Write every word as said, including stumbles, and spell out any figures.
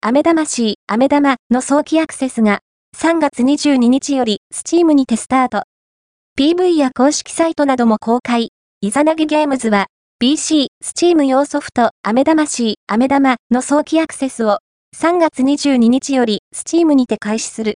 飴魂、飴玉の早期アクセスがさんがつにじゅうににちより Steam にてスタート。ピーブイ や公式サイトなども公開。イザナギゲームズは ピーシー、Steam 用ソフト飴魂、飴玉の早期アクセスをさんがつにじゅうににちより Steam にて開始する。